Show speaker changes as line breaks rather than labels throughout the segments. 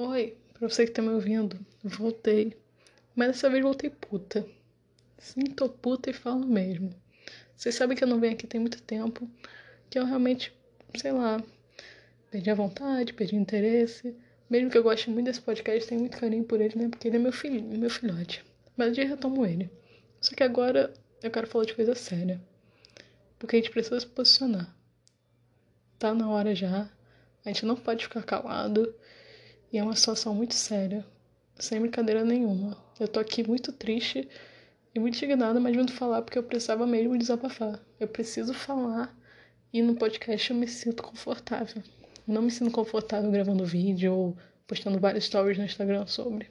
Oi, pra você que tá me ouvindo, voltei. Mas dessa vez voltei puta. Sim, tô puta e falo mesmo. Vocês sabem que eu não venho aqui tem muito tempo, que eu realmente, sei lá, perdi a vontade, perdi o interesse. Mesmo que eu goste muito desse podcast, tenho muito carinho por ele, né? Porque ele é meu filhinho, meu filhote. Mas um dia eu retomo ele. Só que agora eu quero falar de coisa séria. Porque a gente precisa se posicionar. Tá na hora já. A gente não pode ficar calado. E é uma situação muito séria. Sem brincadeira nenhuma. Eu tô aqui muito triste e muito indignada, mas vindo falar porque eu precisava mesmo desabafar. Eu preciso falar e no podcast eu me sinto confortável. Eu não me sinto confortável gravando vídeo ou postando vários stories no Instagram sobre.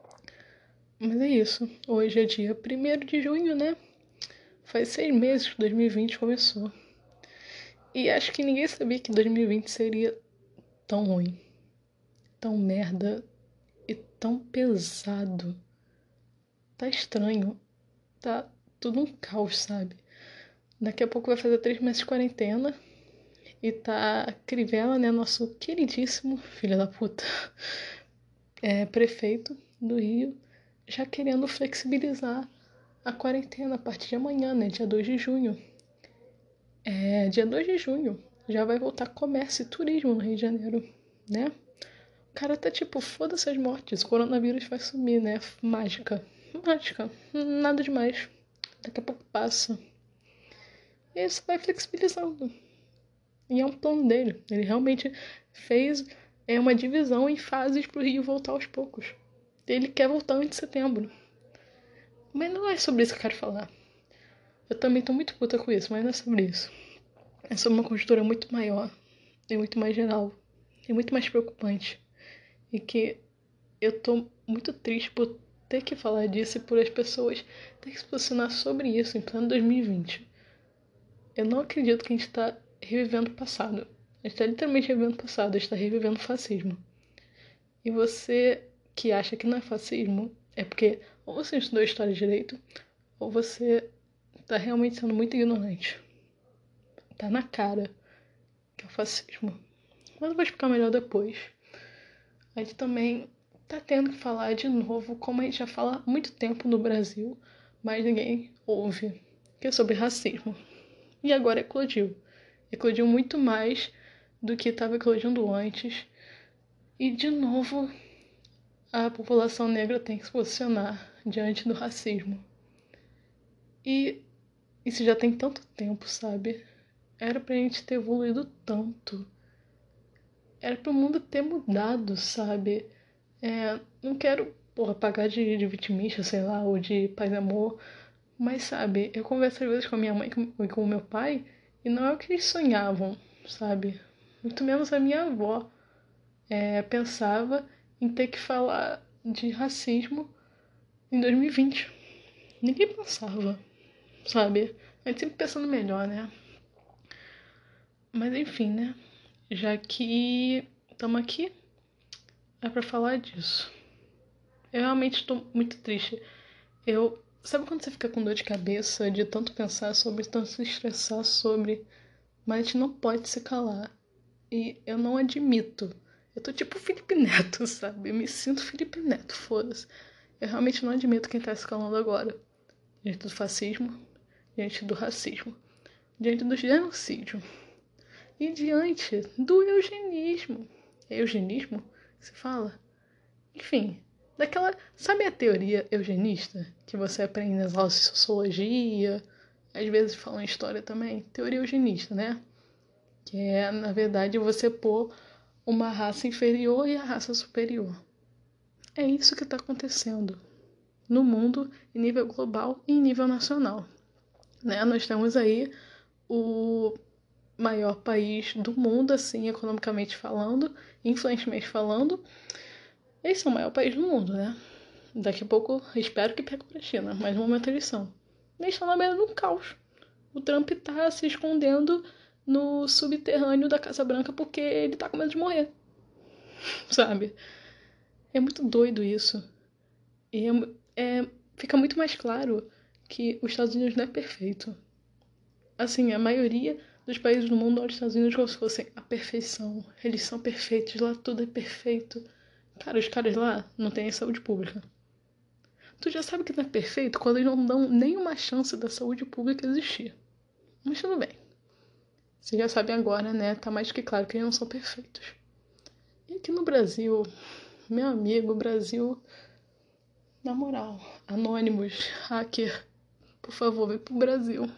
Mas é isso. Hoje é dia 1º de junho, né? Faz 6 meses que 2020 começou. E acho que ninguém sabia que 2020 seria tão ruim, tão merda e tão pesado. Tá estranho. Tá tudo um caos, sabe? Daqui a pouco vai fazer 3 meses de quarentena. E tá Crivella, né? Nosso queridíssimo filho da puta, prefeito do Rio, já querendo flexibilizar a quarentena a partir de amanhã, né? Dia 2 de junho. Dia 2 de junho já vai voltar comércio e turismo no Rio de Janeiro, né? O cara tá tipo, foda-se as mortes, o coronavírus vai sumir, né? Mágica. Mágica. Nada demais. Daqui a pouco passa. E isso vai flexibilizando. E é um plano dele. Ele realmente fez uma divisão em fases pro Rio voltar aos poucos. Ele quer voltar antes de setembro. Mas não é sobre isso que eu quero falar. Eu também tô muito puta com isso, mas não é sobre isso. É sobre uma conjuntura muito maior. E muito mais geral. E muito mais preocupante. E que eu tô muito triste por ter que falar disso e por as pessoas ter que se posicionar sobre isso em pleno 2020. Eu não acredito que a gente tá revivendo o passado. A gente tá literalmente revivendo o passado, a gente tá revivendo o fascismo. E você que acha que não é fascismo, é porque ou você estudou história direito, ou você tá realmente sendo muito ignorante. Tá na cara que é o fascismo. Mas eu vou explicar melhor depois. A gente também tá tendo que falar de novo, como a gente já fala há muito tempo no Brasil, mas ninguém ouve, que é sobre racismo. E agora eclodiu. Eclodiu muito mais do que estava eclodindo antes. E, de novo, a população negra tem que se posicionar diante do racismo. E isso já tem tanto tempo, sabe? Era pra gente ter evoluído tanto. Era pro mundo ter mudado, sabe? Não quero, pagar de vitimista, sei lá, ou de paz e amor. Mas, sabe, eu converso às vezes com a minha mãe e com o meu pai, e não é o que eles sonhavam, sabe? Muito menos a minha avó pensava em ter que falar de racismo em 2020. Ninguém pensava, sabe? A gente sempre pensando melhor, né? Mas enfim, né? Já que estamos aqui, é pra falar disso. Eu realmente estou muito triste. Sabe quando você fica com dor de cabeça de tanto pensar sobre, tanto se estressar sobre, mas a gente não pode se calar. E eu não admito. Eu tô tipo Felipe Neto, sabe? Eu me sinto Felipe Neto, foda-se. Eu realmente não admito quem tá se calando agora. Diante do fascismo, diante do racismo, diante do genocídio e diante do eugenismo. É eugenismo que se fala? Enfim, daquela... Sabe a teoria eugenista? Que você aprende nas aulas de sociologia, às vezes falam em história também? Teoria eugenista, né? Que é, na verdade, você pôr uma raça inferior e a raça superior. É isso que está acontecendo no mundo em nível global e em nível nacional. Né? Nós temos aí o maior país do mundo, assim, economicamente falando, influentemente falando. Eles são o maior país do mundo, né? Daqui a pouco, espero que pegue para a China, mas no momento eles são. Eles estão na beira do caos. O Trump tá se escondendo no subterrâneo da Casa Branca porque ele tá com medo de morrer. Sabe? É muito doido isso. E fica muito mais claro que os Estados Unidos não é perfeito. Assim, a maioria dos países do mundo olha os Estados Unidos como se fossem a perfeição. Eles são perfeitos, lá tudo é perfeito. Cara, os caras lá não têm saúde pública. Tu já sabe que não é perfeito quando eles não dão nenhuma chance da saúde pública existir. Mas tudo bem. Vocês já sabem agora, né? Tá mais que claro que eles não são perfeitos. E aqui no Brasil, meu amigo, Brasil, na moral, Anonymous, hacker, por favor, vem pro Brasil.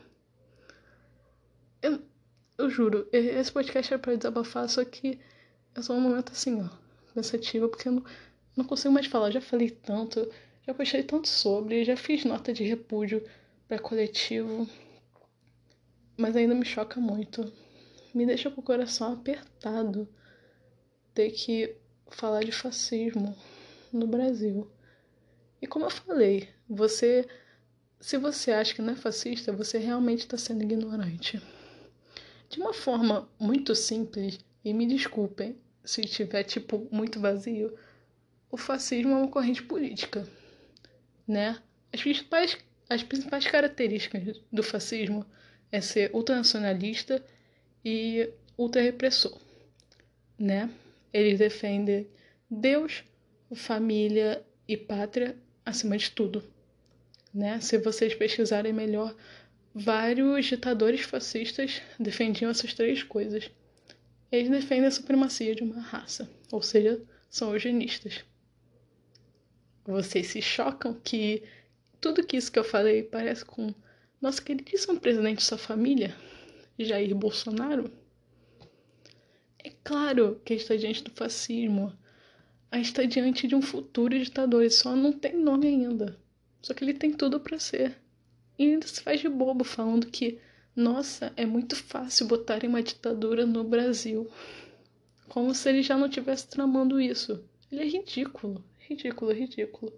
Eu juro, esse podcast é pra desabafar, só que é só um momento assim, ó, pensativo, porque eu não consigo mais falar. Eu já falei tanto, já postei tanto sobre, já fiz nota de repúdio pra coletivo, mas ainda me choca muito. Me deixa com o coração apertado ter que falar de fascismo no Brasil. E como eu falei, se você acha que não é fascista, você realmente está sendo ignorante. De uma forma muito simples, e me desculpem se estiver, muito vazio, o fascismo é uma corrente política, né? As principais características do fascismo é ser ultranacionalista e ultrarrepressor, né? Eles defendem Deus, família e pátria acima de tudo, né? Se vocês pesquisarem melhor, vários ditadores fascistas defendiam essas três coisas. Eles defendem a supremacia de uma raça, ou seja, são eugenistas. Vocês se chocam que tudo isso que eu falei parece com nosso queridíssimo presidente de sua família, Jair Bolsonaro? É claro que está diante do fascismo. A gente está diante de um futuro ditador, ele só não tem nome ainda. Só que ele tem tudo para ser. E ainda se faz de bobo falando que, nossa, é muito fácil botar uma ditadura no Brasil. Como se ele já não estivesse tramando isso. Ele é ridículo. Ridículo, ridículo.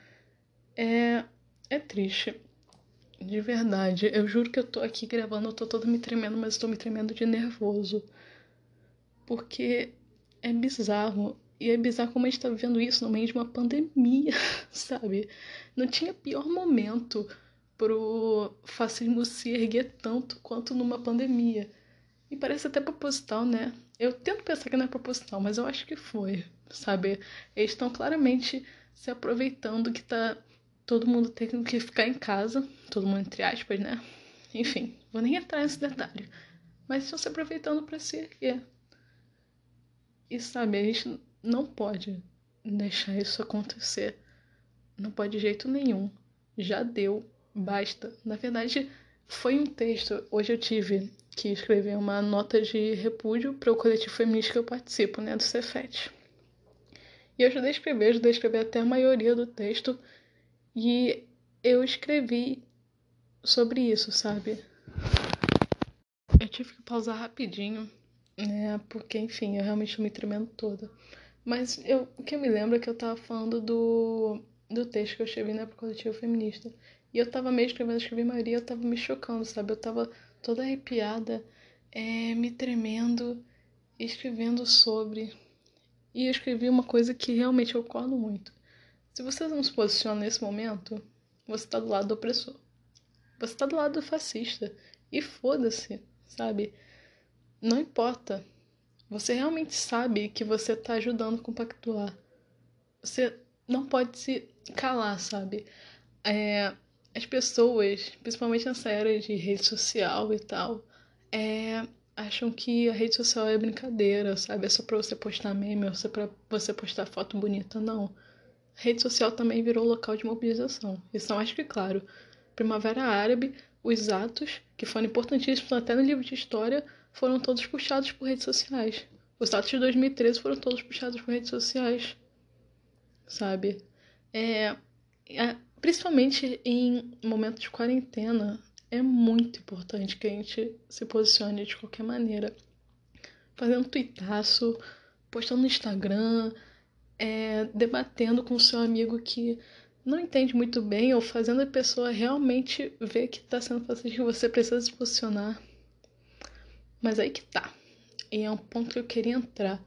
É triste. De verdade. Eu juro que eu tô aqui gravando, eu tô toda me tremendo, mas eu tô me tremendo de nervoso. Porque é bizarro. E é bizarro como a gente tá vivendo isso no meio de uma pandemia, sabe? Não tinha pior momento pro fascismo se erguer tanto quanto numa pandemia. E parece até proposital, né? Eu tento pensar que não é proposital, mas eu acho que foi, sabe? Eles estão claramente se aproveitando que tá todo mundo tendo que ficar em casa, todo mundo entre aspas, né? Enfim, vou nem entrar nesse detalhe. Mas estão se aproveitando para se erguer. E sabe, a gente não pode deixar isso acontecer. Não pode de jeito nenhum. Já deu, basta. Na verdade, foi um texto. Hoje eu tive que escrever uma nota de repúdio para o coletivo feminista que eu participo, né, do Cefet. E eu ajudei a escrever até a maioria do texto. E eu escrevi sobre isso, sabe? Eu tive que pausar rapidinho, né, porque, enfim, eu realmente tô me tremendo toda. Mas o que eu me lembro é que eu tava falando do texto que eu escrevi, né, pro coletivo feminista. E eu tava meio escrevi a maioria, eu tava me chocando, sabe? Eu tava toda arrepiada, me tremendo, escrevendo sobre. E eu escrevi uma coisa que realmente eu concordo muito. Se você não se posiciona nesse momento, você tá do lado do opressor. Você tá do lado do fascista. E foda-se, sabe? Não importa. Você realmente sabe que você tá ajudando a compactuar. Você não pode se calar, sabe? As pessoas, principalmente nessa era de rede social e tal, acham que a rede social é brincadeira, sabe? É só pra você postar meme, ou só pra você postar foto bonita. Não. A rede social também virou local de mobilização. Isso eu acho que claro. Primavera Árabe, os atos, que foram importantíssimos até no livro de história, foram todos puxados por redes sociais. Os atos de 2013 foram todos puxados por redes sociais, sabe? Principalmente em momentos de quarentena, é muito importante que a gente se posicione de qualquer maneira. Fazendo tuitaço, postando no Instagram, debatendo com o seu amigo que não entende muito bem, ou fazendo a pessoa realmente ver que está sendo fascista, que você precisa se posicionar. Mas aí que tá. E é um ponto que eu queria entrar.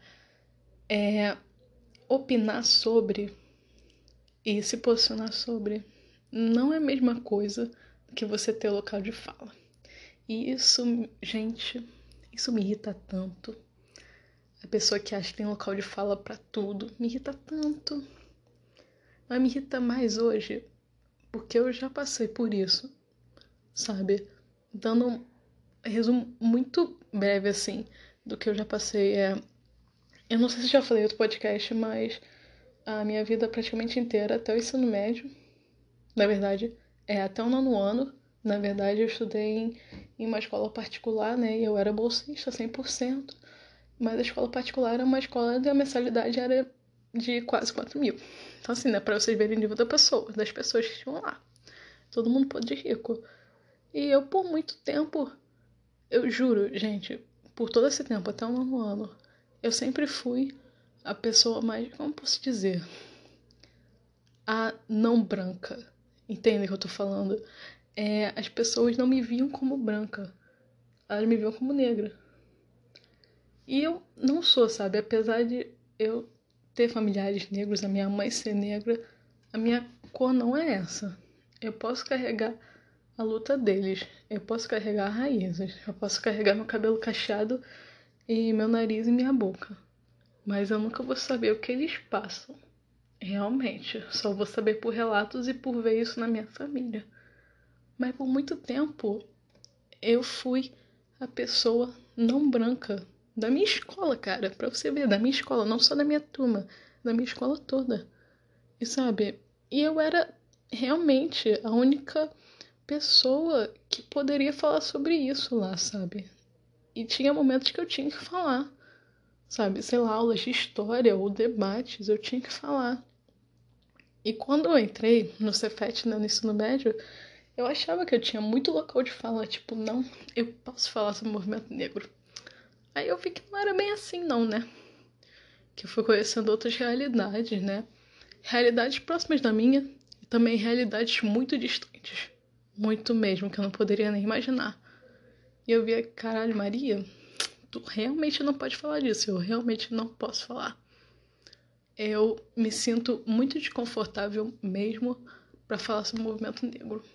Opinar sobre e se posicionar sobre não é a mesma coisa que você ter local de fala. E isso, gente, isso me irrita tanto. A pessoa que acha que tem local de fala pra tudo. Me irrita tanto. Mas me irrita mais hoje porque eu já passei por isso, sabe? Dando um resumo muito breve, assim, do que eu já passei. Eu não sei se já falei em outro podcast, mas a minha vida praticamente inteira, até o ensino médio, na verdade, até o 9º ano. Na verdade, eu estudei em uma escola particular, né? E eu era bolsista 100%. Mas a escola particular era uma escola onde a mensalidade era de quase 4 mil. Então, assim, né? Pra vocês verem o nível das pessoas que estavam lá. Todo mundo pôde rico. E eu, por muito tempo, eu juro, gente, por todo esse tempo, até o 9º ano, eu sempre fui a pessoa mais, como posso dizer, a não branca. Entende o que eu tô falando? As pessoas não me viam como branca, elas me viam como negra. E eu não sou, sabe? Apesar de eu ter familiares negros, a minha mãe ser negra, a minha cor não é essa. Eu posso carregar a luta deles, eu posso carregar raízes, eu posso carregar meu cabelo cacheado e meu nariz e minha boca. Mas eu nunca vou saber o que eles passam. Realmente, só vou saber por relatos e por ver isso na minha família. Mas por muito tempo eu fui a pessoa não branca da minha escola, cara. Pra você ver, da minha escola, não só da minha turma, da minha escola toda. E sabe, e eu era realmente a única pessoa que poderia falar sobre isso lá, sabe? E tinha momentos que eu tinha que falar, sabe? Sei lá, aulas de história ou debates, eu tinha que falar. E quando eu entrei no Cefet, né, no ensino médio, eu achava que eu tinha muito local de fala, tipo, não, eu posso falar sobre o movimento negro. Aí eu vi que não era bem assim não, né? Que eu fui conhecendo outras realidades, né? Realidades próximas da minha e também realidades muito distantes. Muito mesmo, que eu não poderia nem imaginar. E eu via, caralho, Maria, tu realmente não pode falar disso, eu realmente não posso falar. Eu me sinto muito desconfortável mesmo para falar sobre o movimento negro.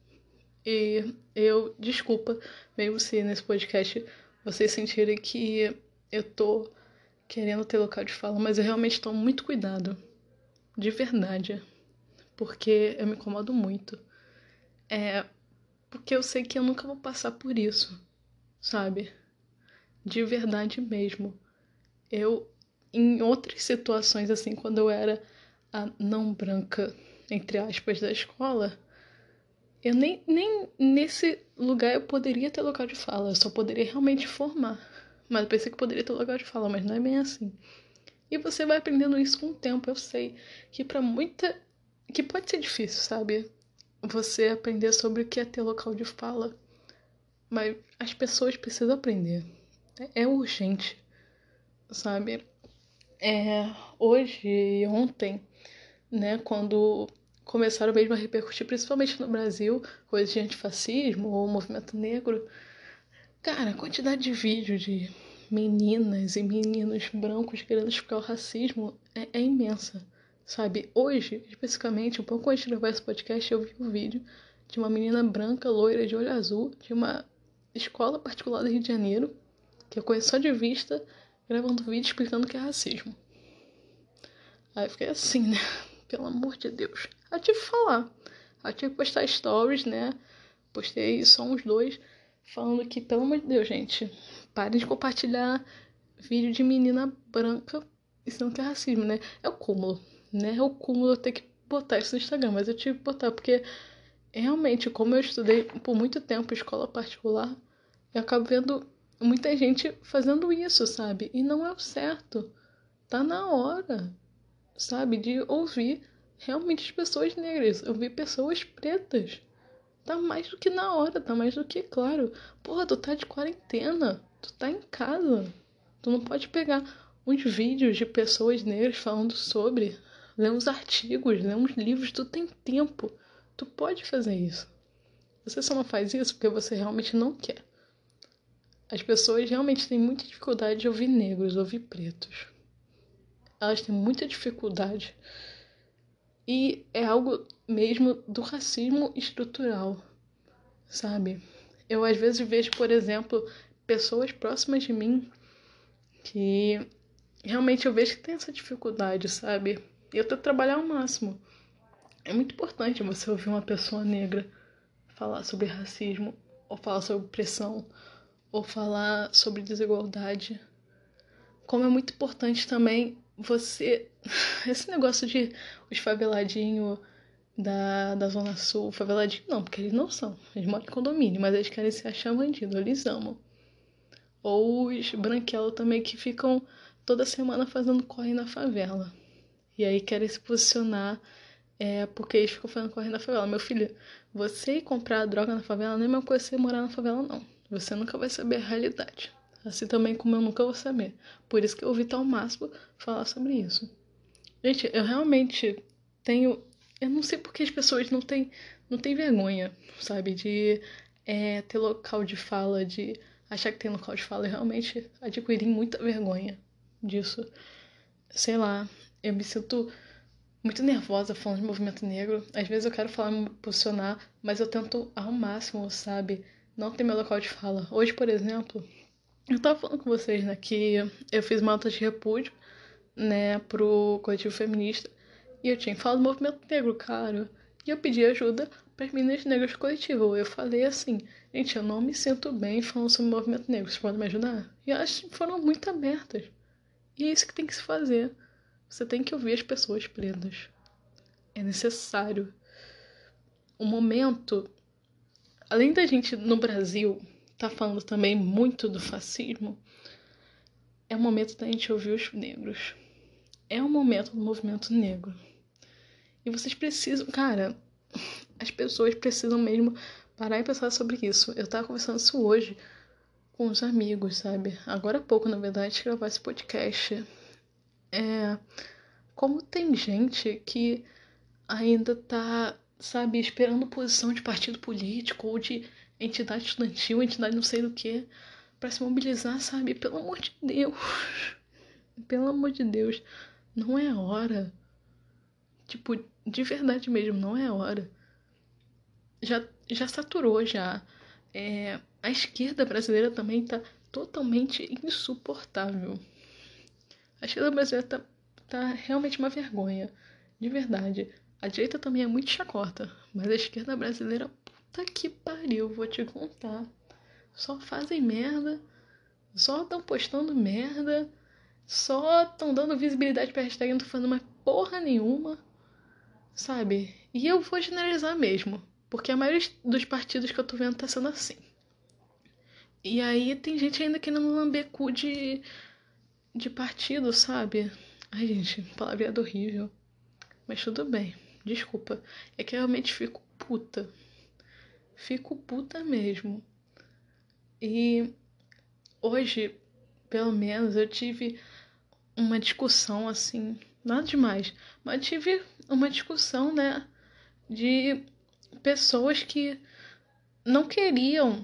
E desculpa, mesmo se nesse podcast vocês sentirem que eu tô querendo ter local de fala, mas eu realmente tomo muito cuidado, de verdade, porque eu me incomodo muito. Porque eu sei que eu nunca vou passar por isso, sabe? De verdade mesmo. Eu, em outras situações, assim, quando eu era a não branca, entre aspas, da escola, eu nem nesse lugar eu poderia ter local de fala, eu só poderia realmente formar. Mas eu pensei que poderia ter local de fala, mas não é bem assim. E você vai aprendendo isso com o tempo, eu sei que pra muita... que pode ser difícil, sabe? Você aprender sobre o que é ter local de fala. Mas as pessoas precisam aprender. É urgente, sabe? Hoje e ontem, né, quando começaram mesmo a repercutir, principalmente no Brasil, coisas de antifascismo ou movimento negro, cara, a quantidade de vídeos de meninas e meninos brancos querendo explicar o racismo é imensa, sabe? Hoje, especificamente, um pouco antes de gravar esse podcast, eu vi um vídeo de uma menina branca, loira, de olho azul, de uma escola particular do Rio de Janeiro, que eu conheço só de vista, gravando vídeo explicando o que é racismo. Aí eu fiquei assim, né? Pelo amor de Deus. Aí eu tive que falar. Aí eu tive que postar stories, né? Postei só uns 2, falando que, pelo amor de Deus, gente, parem de compartilhar vídeo de menina branca ensinando que é racismo, né? É o cúmulo, né? É o cúmulo eu ter que botar isso no Instagram, mas eu tive que botar, porque realmente, como eu estudei por muito tempo em escola particular, eu acabo vendo muita gente fazendo isso, sabe? E não é o certo. Tá na hora, sabe? De ouvir realmente as pessoas negras, ouvir pessoas pretas. Tá mais do que na hora, tá mais do que claro. Porra, tu tá de quarentena, tu tá em casa. Tu não pode pegar uns vídeos de pessoas negras falando sobre, ler uns artigos, ler uns livros, tu tem tempo. Tu pode fazer isso. Você só não faz isso porque você realmente não quer. As pessoas realmente têm muita dificuldade de ouvir negros, ouvir pretos. Elas têm muita dificuldade. E é algo mesmo do racismo estrutural, sabe? Eu às vezes vejo, por exemplo, pessoas próximas de mim que realmente eu vejo que tem essa dificuldade, sabe? E eu tento trabalhar ao máximo. É muito importante você ouvir uma pessoa negra falar sobre racismo, ou falar sobre opressão, ou falar sobre desigualdade. Como é muito importante também você. Esse negócio de os faveladinhos da Zona Sul, faveladinho não, porque eles não são. Eles moram em condomínio, mas eles querem se achar bandido, eles amam. Ou os branquelos também que ficam toda semana fazendo corre na favela. E aí querem se posicionar porque eles ficam fazendo corre na favela. Meu filho, você ir comprar droga na favela não é a mesma coisa que você morar na favela, não. Você nunca vai saber a realidade. Assim também como eu nunca vou saber. Por isso que eu evito ao máximo falar sobre isso. Gente, eu realmente tenho. Eu não sei porque as pessoas não têm vergonha, sabe? De ter local de fala, de achar que tem local de fala. Eu realmente adquiri muita vergonha disso. Sei lá, eu me sinto muito nervosa falando de movimento negro. Às vezes eu quero falar, me posicionar, mas eu tento ao máximo, sabe? Não ter meu local de fala. Hoje, por exemplo, eu tava falando com vocês, né, que eu fiz uma ata de repúdio, né, pro coletivo feminista, e eu tinha falado do movimento negro, cara. E eu pedi ajuda para as meninas negras do coletivo. Eu falei assim, gente, eu não me sinto bem falando sobre o movimento negro, vocês podem me ajudar? E elas foram muito abertas. E é isso que tem que se fazer. Você tem que ouvir as pessoas pretas. É necessário. O momento, além da gente no Brasil tá falando também muito do fascismo, é o momento da gente ouvir os negros. É o momento do movimento negro. E vocês precisam, cara, as pessoas precisam mesmo parar e pensar sobre isso. Eu tava conversando isso hoje com os amigos, sabe? Agora há pouco, na verdade, gravar esse podcast. Como tem gente que ainda tá, sabe, esperando posição de partido político ou de entidade estudantil, entidade não sei do que, pra se mobilizar, sabe? Pelo amor de Deus. Pelo amor de Deus. Não é hora. Tipo, de verdade mesmo, não é hora. Já saturou já. A esquerda brasileira também tá totalmente insuportável. A esquerda brasileira tá realmente uma vergonha. De verdade. A direita também é muito chacota. Mas a esquerda brasileira, puta que pariu, vou te contar. Só fazem merda. Só estão postando merda. Só estão dando visibilidade pra hashtag, não tô fazendo mais porra nenhuma. Sabe? E eu vou generalizar mesmo. Porque a maioria dos partidos que eu tô vendo tá sendo assim. E aí tem gente ainda querendo lamber cu de partido, sabe? Ai, gente, palavreado horrível. Mas tudo bem, desculpa. É que eu realmente fico puta. Fico puta mesmo. E hoje, pelo menos, eu tive uma discussão assim. Nada demais. Mas tive uma discussão, né? De pessoas que não queriam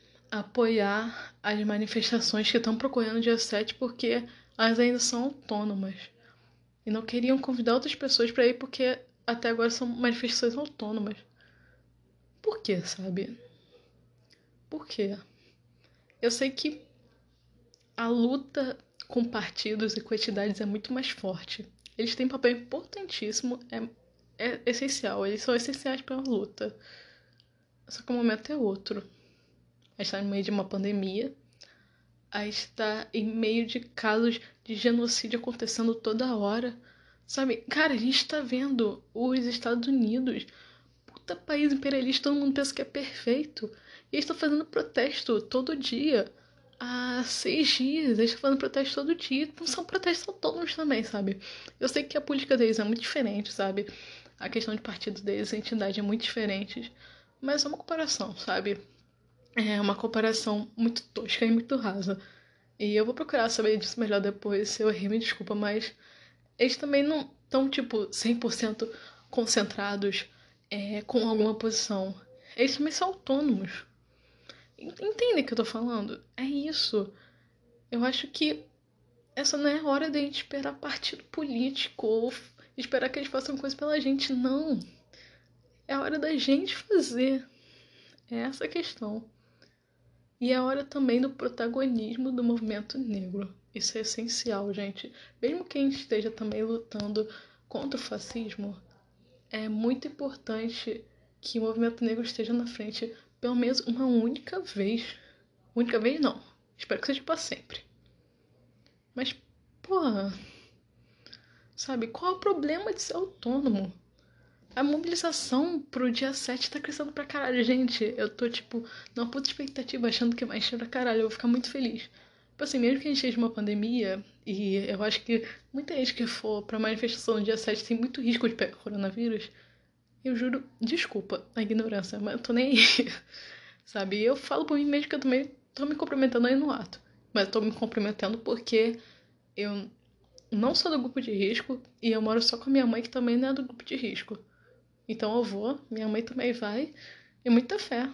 apoiar as manifestações que estão procurando dia 7 porque elas ainda são autônomas. E não queriam convidar outras pessoas para ir porque até agora são manifestações autônomas. Por quê, sabe? Por quê? Eu sei que a luta com partidos e com entidades é muito mais forte. Eles têm um papel importantíssimo, é essencial, eles são essenciais para a luta. Só que o momento é outro. A gente está no meio de uma pandemia, a gente está em meio de casos de genocídio acontecendo toda hora. Sabe, cara, a gente tá vendo os Estados Unidos, puta país imperialista, todo mundo pensa que é perfeito. E eles estão fazendo protesto todo dia. Há 6 dias, eles estão fazendo protesto todo dia. Não são protestos autônomos também, sabe? Eu sei que a política deles é muito diferente, sabe? A questão de partido deles, a entidade é muito diferente. Mas é uma comparação, sabe? É uma comparação muito tosca e muito rasa. E eu vou procurar saber disso melhor depois. Se eu errei, me desculpa, mas eles também não estão, tipo, 100% concentrados com alguma posição. Eles também são autônomos. Entendem o que eu tô falando? É isso. Eu acho que essa não é a hora de a gente esperar partido político ou esperar que eles façam coisa pela gente. Não. É a hora da gente fazer. É essa a questão. E é a hora também do protagonismo do movimento negro. Isso é essencial, gente. Mesmo quem esteja também lutando contra o fascismo, é muito importante que o movimento negro esteja na frente pelo menos uma única vez. Única vez não. Espero que seja pra sempre. Mas, porra, sabe, qual é o problema de ser autônomo? A mobilização pro dia 7 tá crescendo pra caralho, gente. Eu tô, tipo, numa puta expectativa, achando que vai encher pra caralho. Eu vou ficar muito feliz. Tipo assim, mesmo que a gente esteja uma pandemia, e eu acho que muita gente que for pra manifestação no dia 7 tem muito risco de pegar coronavírus, eu juro, desculpa a ignorância, mas eu tô nem aí. Sabe? E eu falo por mim mesmo que eu também tô me comprometendo aí no ato. Mas eu tô me comprometendo porque eu não sou do grupo de risco e eu moro só com a minha mãe, que também não é do grupo de risco. Então eu vou, minha mãe também vai, e muita fé.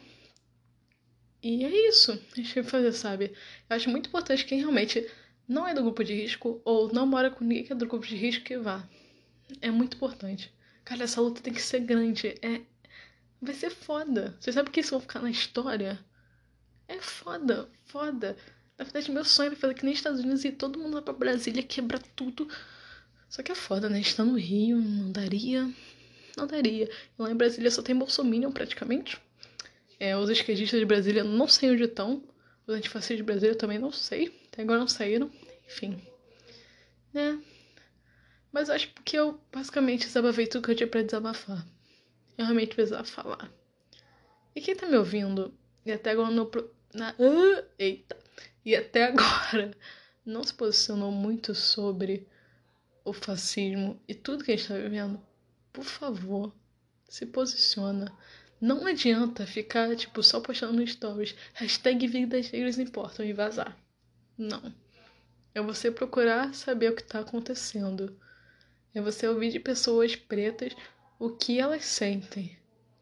E é isso, a gente tem que fazer, sabe? Eu acho muito importante quem realmente não é do grupo de risco ou não mora com ninguém que é do grupo de risco que vá. É muito importante. Cara, essa luta tem que ser grande. Vai ser foda. Você sabe que isso vai ficar na história? É foda, foda. Na verdade, meu sonho é fazer que nem Estados Unidos e todo mundo lá pra Brasília quebrar tudo. Só que é foda, né? A gente tá no Rio, não daria. Não daria. E lá em Brasília só tem bolsominion praticamente. Os esquerdistas de Brasília não sei onde estão. Os antifascistas de Brasília também não sei. Até agora não saíram. Enfim. Né? Mas eu acho que eu basicamente desabafei tudo que eu tinha pra desabafar. Eu realmente precisava falar. E quem tá me ouvindo, e até agora não. Eita! E até agora não se posicionou muito sobre o fascismo e tudo que a gente tá vivendo, por favor, se posiciona. Não adianta ficar, tipo, só postando no stories. Hashtag vidas negras importam e vazar. Não. É você procurar saber o que tá acontecendo. É você ouvir de pessoas pretas o que elas sentem.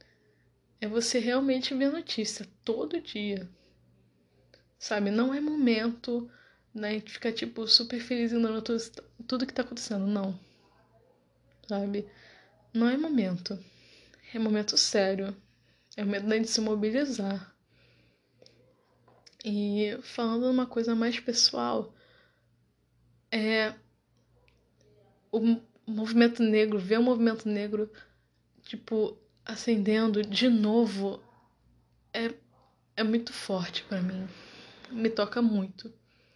É você realmente ver notícia todo dia. Sabe? Não é momento, né, de ficar, tipo, super feliz ignorando tudo que tá acontecendo. Não. Sabe? Não é momento. É momento sério. É momento de se mobilizar. E falando uma coisa mais pessoal, o movimento negro, ver o movimento negro, tipo, acendendo de novo, é muito forte pra mim. Me toca muito.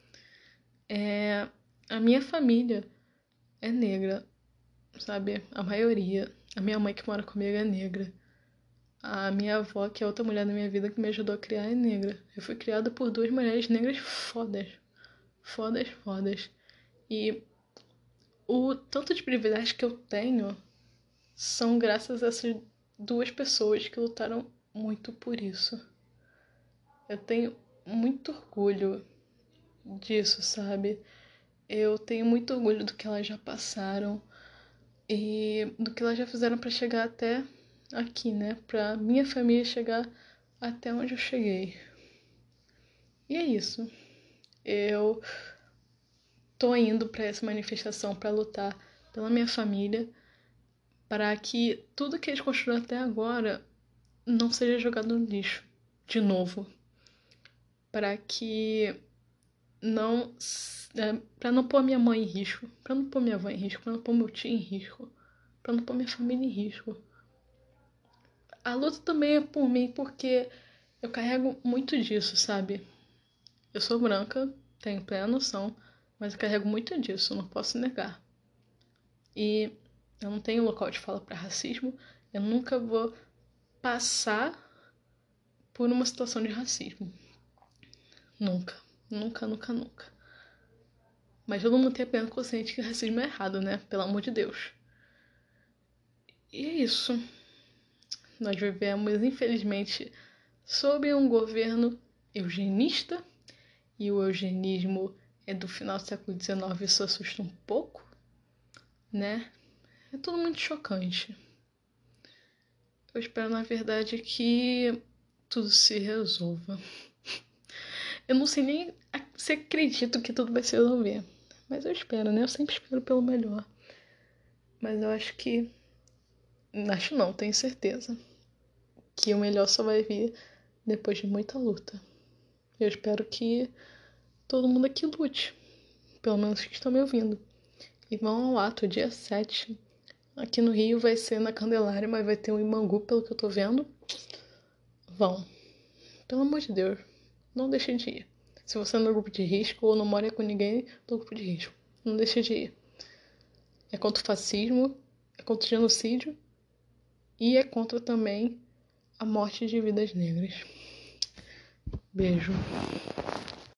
A minha família é negra, sabe? A maioria. A minha mãe que mora comigo é negra. A minha avó, que é outra mulher da minha vida que me ajudou a criar, é negra. Eu fui criada por duas mulheres negras fodas. Fodas, fodas. E o tanto de privilégio que eu tenho são graças a essas duas pessoas que lutaram muito por isso. Eu tenho muito orgulho disso, sabe? Eu tenho muito orgulho do que elas já passaram e do que elas já fizeram para chegar até aqui, né? Pra minha família chegar até onde eu cheguei. E é isso. Eu tô indo para essa manifestação para lutar pela minha família, para que tudo que eles construíram até agora não seja jogado no lixo de novo, para que não para não pôr minha mãe em risco, para não pôr minha avó em risco, para não pôr meu tio em risco, para não pôr minha família em risco. A luta também é por mim porque eu carrego muito disso, sabe? Eu sou branca, tenho plena noção, mas eu carrego muito disso, não posso negar. E eu não tenho local de fala para racismo, eu nunca vou passar por uma situação de racismo. Nunca, nunca, nunca, nunca. Mas todo mundo tem pleno consciente que racismo é errado, né? Pelo amor de Deus. E é isso. Nós vivemos, infelizmente, sob um governo eugenista. E o eugenismo é do final do século XIX, isso assusta um pouco, né? É tudo muito chocante. Eu espero, na verdade, que tudo se resolva. Eu não sei nem se acredito que tudo vai se resolver. Mas eu espero, né? Eu sempre espero pelo melhor. Mas eu acho que... Acho não, tenho certeza. Que o melhor só vai vir depois de muita luta. Eu espero que todo mundo aqui lute. pelo menos que estão me ouvindo. E vão ao ato, dia 7. Aqui no Rio vai ser na Candelária, mas vai ter um em Bangu, pelo que eu tô vendo. Vão. Pelo amor de Deus, não deixe de ir. Se você é no grupo de risco ou não mora com ninguém do grupo de risco, não deixe de ir. É contra o fascismo, é contra o genocídio e é contra também a morte de vidas negras. Beijo.